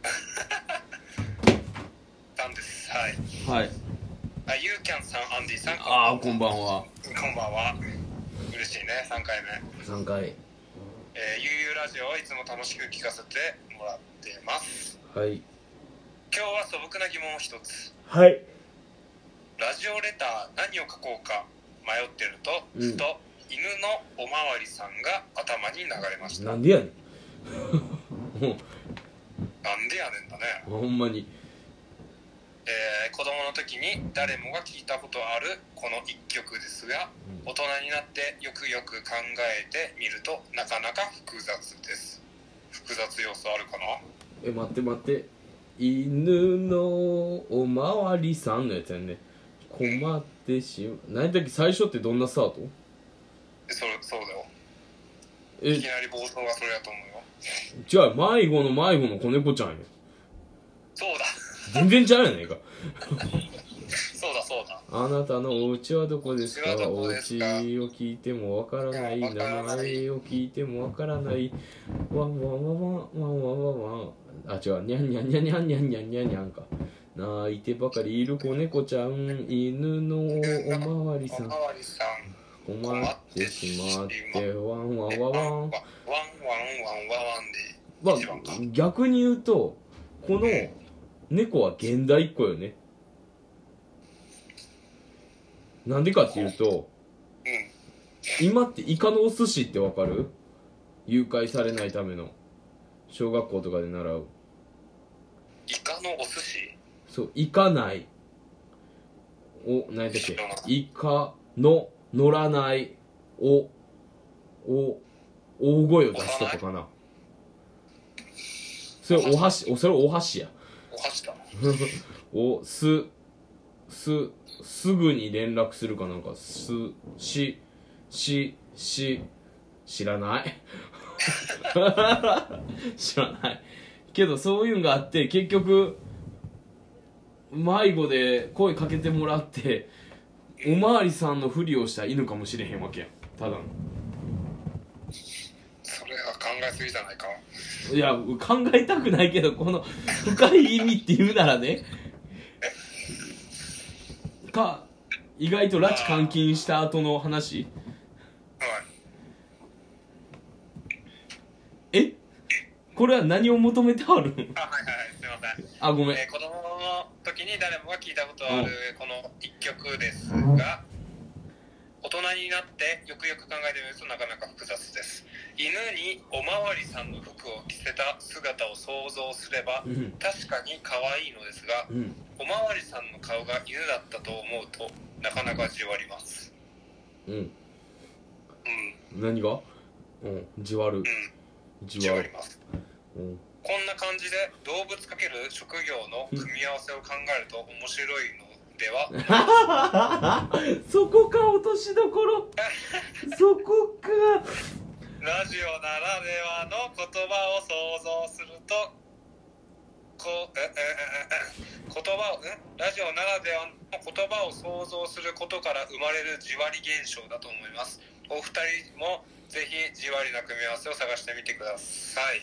なんです。はいはい。 あ、ゆうきゃんさん、アンディさん、 ああこんばんは。 こんばんは。嬉しいね、さんかいめ。 さんかい。 えー、ゆうゆうラジオをいつも楽しく聞かせてもらってます。 はい。 今日は素朴な疑問を一つ。 はい。 ラジオレター何を書こうか迷ってると、 うん、 ふと犬のおまわりさんが頭に流れました。 なんでやねんなんでやねんだね。 ほんまに。 えー、子供の時に誰もが聞いたことあるこの一曲ですが、うん、大人になってよくよく考えてみるとなかなか複雑です。複雑要素あるかな？ え、待って待って、犬のおまわりさんのやつやんね。困ってしまう。何だっけ最初ってどんなスタート？ え、それ、そうだよ。 え、 いきなり冒頭がそれやと思うよ。 じゃあ迷子の迷子の子猫ちゃんや。 そうだ全然ちゃうやないかそうだそうだ。 あなたのお家はどこですか？お家をですか？ 聞いてもわからない、名前を聞いてもわからない、ワンワンワンワンワンワンワンワン、あ違う、ニャンニャンニャンニャンニャンニャンニャンニャンか。泣いてばかりいる子猫ちゃん、犬のおまわりさん、困ってしまってワンワンワンワンワンワンワンワンワンワンで、まあ、逆に言うとこの猫は現代っ子よね。なんでかっていうと、今ってイカのお寿司ってわかる？誘拐されないための小学校とかで習うイカのお寿司。 そう、イカないお、何やったっけ、イカの乗らないおお大声を出すとこかな。それお箸、おそれお箸や。 お箸だおすすすぐに連絡するかなんか、すししし知らない知らないけどそういうのがあって、結局迷子で声かけてもらっておまわりさんのふりをした犬かもしれへんわけやん。ただのそれは考えすぎじゃないか。 いや考えたくないけど、この深い意味って言うならねか意外と拉致監禁した後の話。えこれは何を求めてあるん？ あ、はいはい、すいません。 あ、ごめん。 えー、子供の時に誰もが聞いたことあるこの一曲ですが、大人になってよくよく考えてみるとなかなか複雑です。犬におまわりさんの服を着せた姿を想像すれば、うん、確かに可愛いのですが、うん、おまわりさんの顔が犬だったと思うとなかなかじわります。うん。うん。何が？うん、じわる。うん。じわります。うん。こんな感じで動物かける職業の組み合わせを考えると面白いのではそこか落としどころそこか。 ラジオならではの言葉を想像するとこええええ言葉をねラジオならではの言葉を想像することから生まれるじわり現象だと思います。お二人もぜひじわりな組み合わせを探してみてください。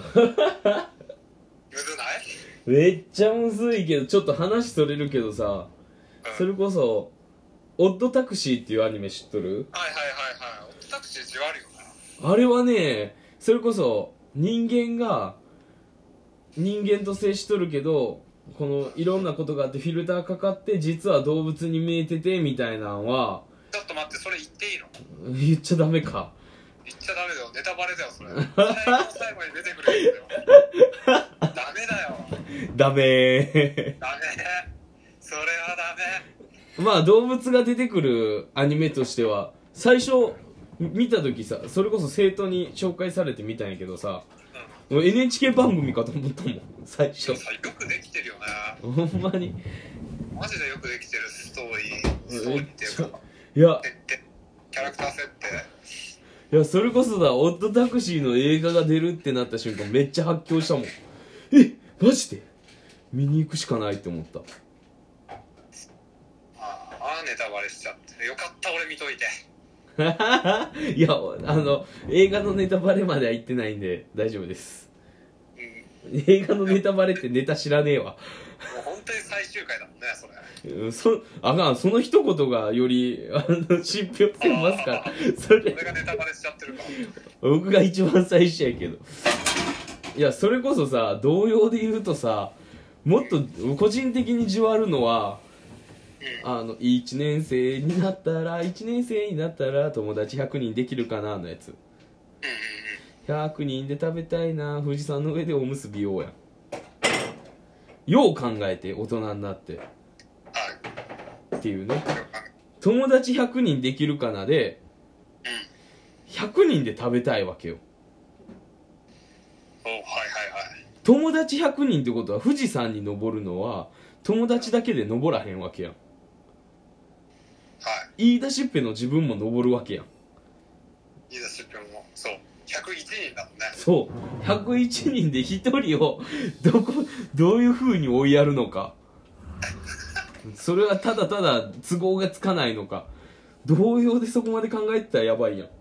むずない？ めっちゃむずいけど、ちょっと話それるけどさ、うん、それこそオッドタクシーっていうアニメ知っとる？ はいはいはいはい。オッドタクシーじわるよな。あれはね、それこそ人間が人間と接しとるけど、このいろんなことがあってフィルターかかって実は動物に見えててみたいなのは。 ちょっと待って、それ言っていいの？ 言っちゃダメか。 言っちゃダメだよ、ネタバレだよそれ。最後の最後に出てくるやつだよ。ダメだよ。 ダメー。 ダメ。それはダメ。 まあ動物が出てくるアニメとしては最初見た時さ、それこそ生徒に紹介されて見たんやけどさ、うん、エヌエイチケー 番組かと思ったもん最初。 よくできてるよね。 ほんまにマジでよくできてるストーリーストーリーっていうか、 いやキャラクター設定、 いやそれこそだ、オッドタクシーの映画が出るってなった瞬間めっちゃ発狂したもん。えマジで見に行くしかないって思った。 ああネタバレしちゃってよかった、俺見といて。 いやあの映画のネタバレまでは言ってないんで大丈夫です、うん、映画のネタバレってネタ知らねえわ。 もう本当に最終回だもんねそれ。 そあかん、その一言がよりあの信憑性ますから。それ俺がネタバレしちゃってるから。 僕が一番最初やけど。いやそれこそさ、童謡で言うとさ、もっと個人的にじわるのは、うん、あのいちねん生になったらいちねん生になったら友達ひゃくにんできるかなのやつ。ひゃくにんで食べたいな、富士山の上でおむすびようやん。よう考えて大人になってっていうね。友達ひゃくにんできるかなでひゃくにんで食べたいわけよ。 おはいはいはい。 友達ひゃくにんってことは富士山に登るのは友達だけで登らへんわけやん。 はい。 言い出しっぺの自分も登るわけやん。 言い出しっぺもそうひゃくいちにんだもんね。 そうひゃくいちにんでひとりをどこどういう風に追いやるのか。それはただただ都合がつかないのか。童謡でそこまで考えてたらやばいやん。 あ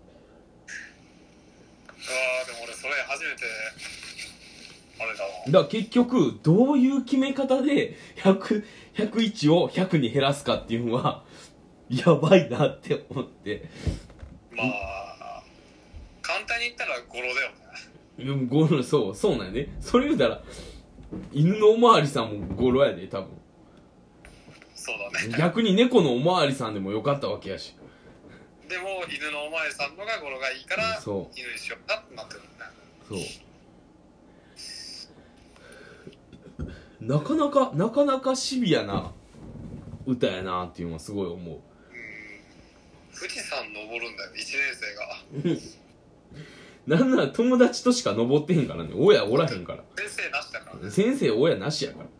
ーでも俺それ初めてあれだわ。 だから結局どういう決め方でひゃく、ひゃくいちをひゃくに減らすかっていうのはやばいなって思って。 まあ簡単に言ったら語呂だよね。 語呂、そうそうなんやね。それ言うたら犬のおまわりさんも語呂やで多分。 そうだね。 逆に猫のおまわりさんでもよかったわけやし。 でも犬のおまわりさんのが語呂がいいからそう犬にしようかってなってるんだね。 そうなかなかなかなかシビアな歌やなっていうのはすごい思う。うん、 富士山登るんだよいちねん生が。 なんなら友達としか登ってへんからね。親おらへんから。 先生なしだから、ね、 先生親なしやから。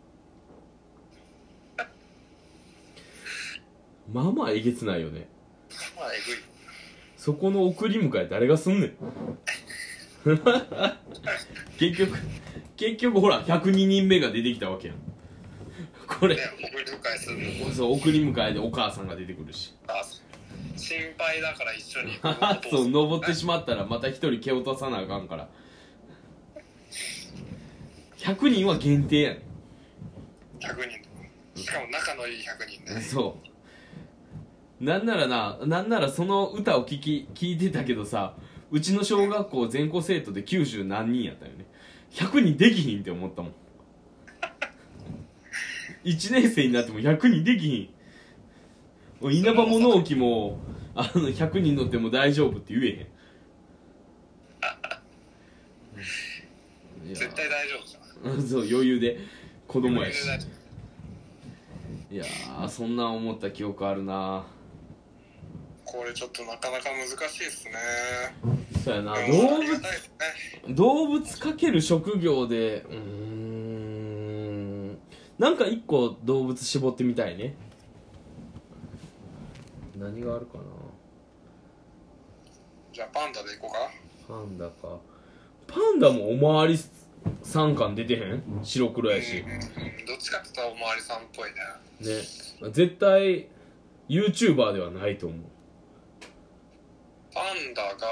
まあまあえげつないよね。 まあえぐい。 そこの送り迎え誰がすんねん。結局結局ほらひゃくににんめが出てきたわけやん。これ、ね、 送り迎えするの。 そう送り迎えでお母さんが出てくるし。 あ心配だから一緒にそう登ってしまったらまた一人蹴落とさなあかんから。ひゃくにんは限定やねん。 ひゃくにんしかも仲のいいひゃくにんね。 そうなんならな、なんならその歌を聴き聞いてたけどさ、うちの小学校全校生徒できゅうじゅう何人やったよね。ひゃくにんできひんって思ったもん。いちねん生になってもひゃくにんできひん。稲葉物置もあのひゃくにん乗っても大丈夫って言えへん。 絶対大丈夫じゃん。 そう余裕で子供やし。いやーそんな思った記憶あるな。 これちょっとなかなか難しいっすね。 そうやな。動物、ね、動物かける職業でうーんなんか一個動物絞ってみたいね。 何があるかな。 じゃあパンダでいこうか。 パンダか。パンダもおまわりさんかん出てへん？白黒やし、 うんうんうん、どっちかって言ったらおまわりさんっぽいね。 ね、絶対 YouTuber ではないと思う。 パンダが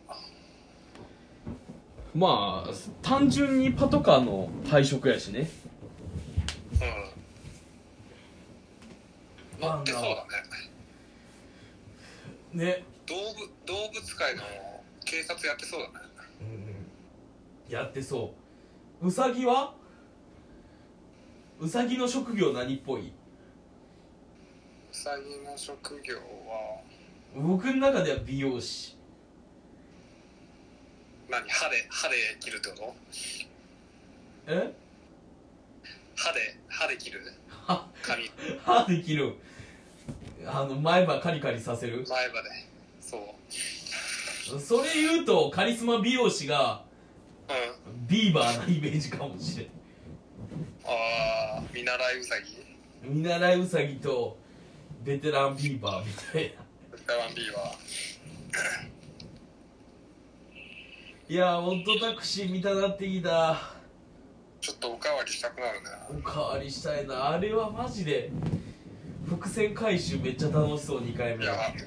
まあ単純にパトカーの配色やしね。 うん乗ってそうだね。 ね、 動物動物界の警察やってそうだね。 うん、やってそう。ウサギはウサギの職業何っぽい？ ウサギの職業は僕の中では美容師。 何？歯で歯で切るってこと？ え？ 歯で歯で切る？ 歯髪歯で切る。あの前歯カリカリさせる。 前歯で。そう。 それ言うとカリスマ美容師がうんビーバーなイメージかもしれない。 ああ見習いウサギ？ 見習いウサギとベテランビーバーみたいな。 ベテランビーバー。 いやー、オットタクシー見たなってきた。 ちょっとおかわりしたくなるね。 おかわりしたいな。あれはマジで伏線回収めっちゃ楽しそう。にかいめいやはいはい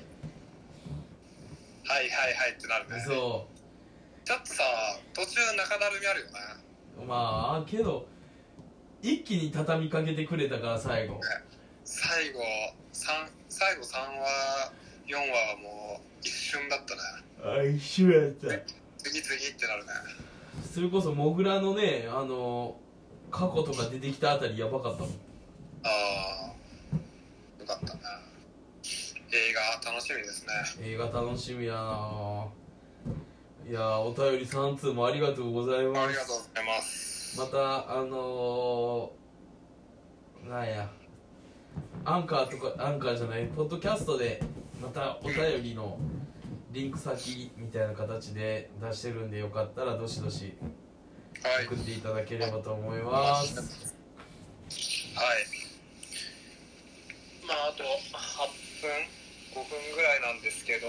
はいってなるね。 そちょっとさ途中中だるみあるよね。 う、まあけど一気に畳みかけてくれたから最後。 最後さん最後さんわよんわはもう一瞬だったね。 あ、一緒やった。 次次ってなるね。 それこそモグラのね、あの過去とか出てきたあたりやばかったもん。 ああよかったね。映画楽しみですね。 映画楽しみやな。いやー、お便りさん通もありがとうございます。 ありがとうございます。 またあのー、なんやアンカーとかアンカーじゃないポッドキャストでまたお便りのリンク先みたいな形で出してるんで、よかったらどしどしはい送っていただければと思います。 はいまああとはっぷんごふんぐらいなんですけど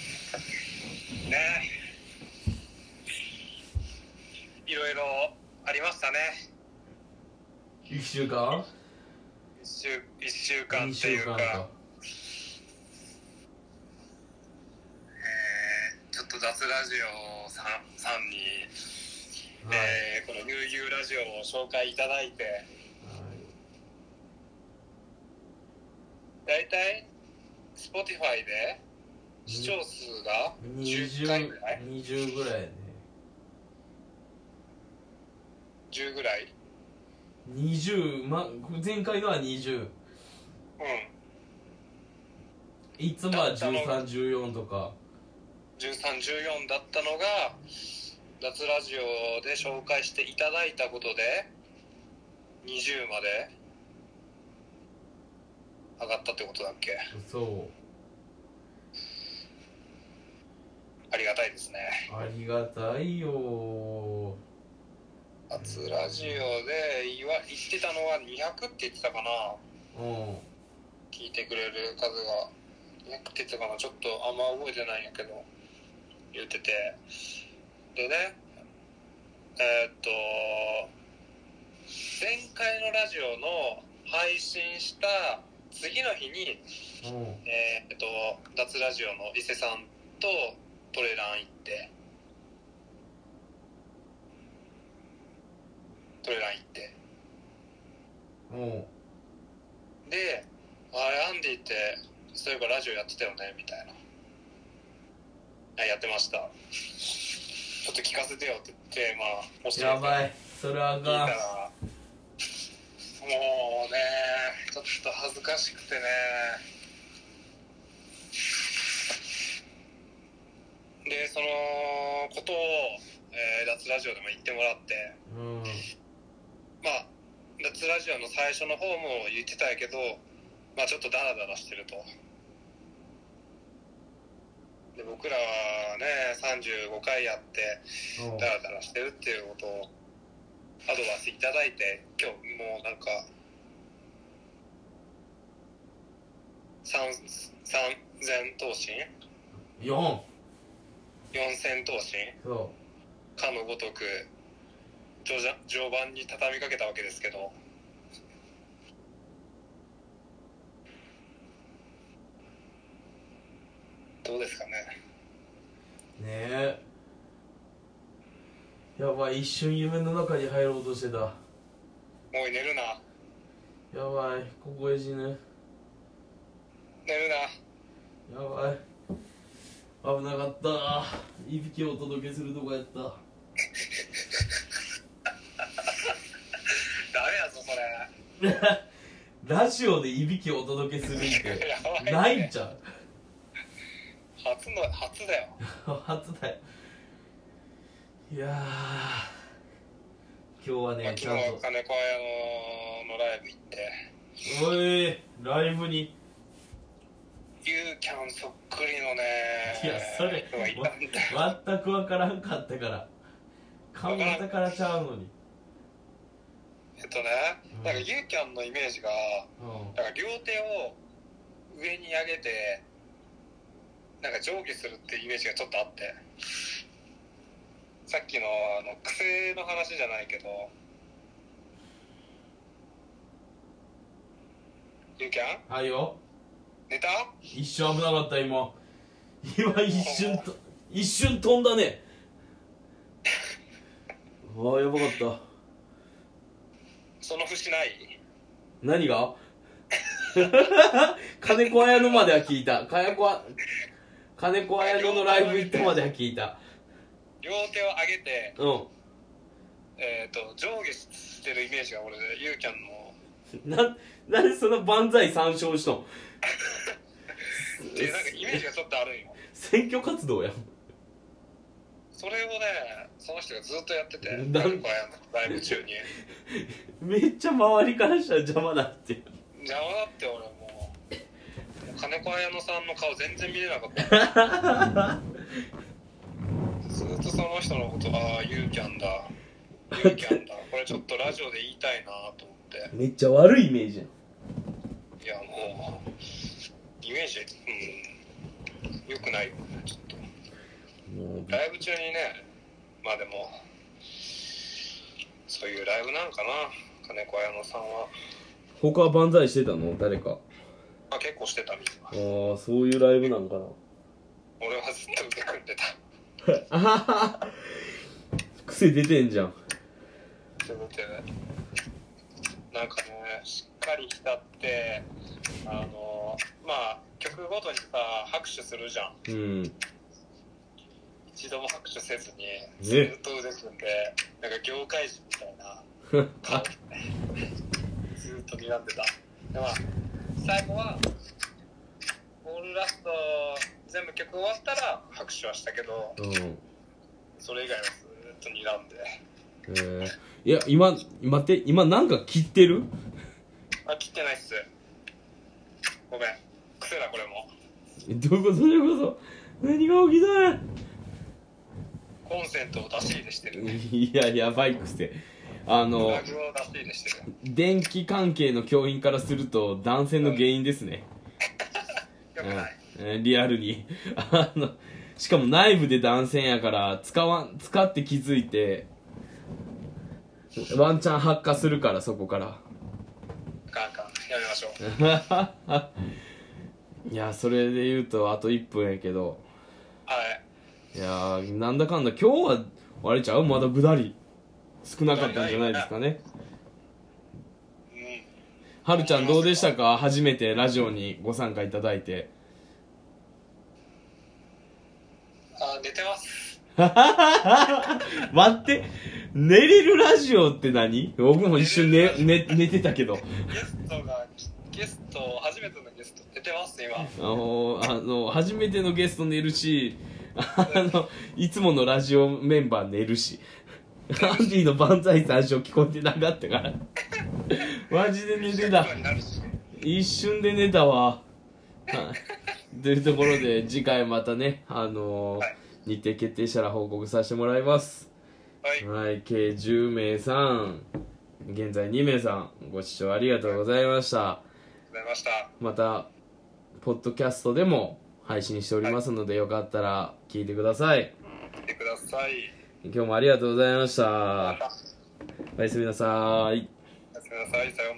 ね、いろいろありましたね。 いっしゅうかん一週一週間にっていうか、 かえー、ちょっと雑ラジオさんさんに、 はい、 えー、この悠々ラジオを紹介いただいて、だいたい Spotify で視聴数がじゅっかいぐらいにじゅうぐらいやね。 じゅうぐらいにじゅう、ま、前回のはにじゅう、 うんいつもはじゅうさん、じゅうよんとかじゅうさん、じゅうよんだったのが脱ラジオで紹介していただいたことでにじゅうまで上がったってことだっけ。 そうありがたいですね。 ありがたいよ。 脱ラジオで言わ言ってたのはにひゃくって言ってたかな。 うん聞いてくれる数がにひゃくって言ってたかな。ちょっとあんま覚えてないんやけど言ってて、でねえー、っと前回のラジオの配信した次の日に、 うんえー、っと脱ラジオの伊勢さんとトレラン行ってトレラン行ってうんで、あれアンディってそういえばラジオやってたよねみたいな。あ、やってました、ちょっと聞かせてよって言って、まあ教えてやばい、それはあ聞いたからん。 もうねちょっと恥ずかしくてね。でそのことを、えー、脱ラジオでも言ってもらって、 うんまあ脱ラジオの最初の方も言ってたんやけど、まあちょっとダラダラしてると。で僕らはねさんじゅうごかいやってうんダラダラしてるっていうことをアドバイスいただいて、今日もうなんか三三千頭身よん四千頭身そかのごとく序じゃ序盤に畳みかけたわけですけど、どうですかね。 うねえ、やばい、一瞬夢の中に入ろうとしてた。 もう寝るなやばい、ここへ死ぬ。 寝るな。 やばい、危なかった。いびきをお届けするとこやった。 ダメやぞそれラジオでいびきをお届けするってやばいねないんちゃう初の初だよ。 初だよ。いやー、今日はね、 まあ、 ちゃんと昨日金子綾乃のライブ行って、 おい、ライブにユーキャンそっくりのね、 いや、それ人がいたんだよ。 全くわからんかったから、顔型からちゃうのに。 えっとね、なんかユーキャンのイメージが、 うんなんか両手を上に上げてなんか上下するっていうイメージがちょっとあって、さっきのあの癖の話じゃないけど、ユーキャンはいよ、 寝た？ 一瞬危なかった。今今一瞬と一瞬飛んだね。ああ、やばかった。 その節ない？ 何が金子綾乃までは聞いた。金子あ金子綾乃のライブ行ったまでは聞いた。 両手を上げて、 うん。 えー、と上下してるイメージが俺で、ユーキャンのな、なんでその万歳参照しとん。 でなんかイメージがちょっとあるんよ。 選挙活動やん。 それをね、その人がずっとやってて、 なん金子綾乃ライブ中にめっちゃ周りからしたら邪魔だって。 邪魔だって俺もう金子綾乃さんの顔全然見れなかったずっとその人のこと、ああユーキャンだユーキャンだこれちょっとラジオで言いたいなと思って、 めっちゃ悪いイメージやん。 いやもうイメージうん良くないよね。ちょっともうライブ中にね、まあでもそういうライブなんかな、金子綾乃さんは。 他は万歳してたの誰か。 あ、結構してたみたいな。 ああ、そういうライブなんかな。 俺はずっと受け組んでた。 あはは癖出てんじゃん。 せめてなんかね、しっかり浸ってあのまあ曲ごとにさ拍手するじゃん。 うん。 一度も拍手せずにねずっと腕組んで、なんか業界人みたいな顔でずっと睨んでた。でまあ最後はオールラスト全部曲終わったら拍手はしたけど、 うん。 それ以外はずっと睨んで。 えー、いや、今、待って、今なんか切ってる？ あ、切ってないっす。ごめん。癖だこれも。 え、どういうことどういうこと何が起きたん？ コンセントを出し入れしてるね。 いや、やばい癖。あのプラグを出し入れしてる。 電気関係の教員からすると断線の原因ですね。 よくない。 うん、リアルにあのしかも内部で断線やから使わん使って気づいてワンチャン発火するから、そこからカンカンやめましょう。 いや、それで言うとあといっぷんやけど、 はいいやー、なんだかんだ今日はあれちゃう、まだぐだり少なかったんじゃないですかね。 い。うん。 はるちゃんどうでしたか、初めてラジオにご参加いただいて。 あ、寝てます。 待って、寝れるラジオって何？僕も一瞬寝、寝、寝てたけど、 ゲストがゲスト初めてのゲスト寝てます今。 あのあの初めてのゲスト寝るし、あのいつものラジオメンバー寝るし、アンディの万歳最初聞こえてなかったからマジで寝てた、一瞬で寝たわ。というところで次回またね、あのーはい、 日程決定したら報告させてもらいます。 はい。 はい、計じゅうめいさん、現在にめいさんご視聴ありがとうございました。 ございました。 またポッドキャストでも配信しておりますので、よかったら聞いてください。 来てください。 今日もありがとうございました。 またおやすみなさい。 おやすみなさい。さようなら。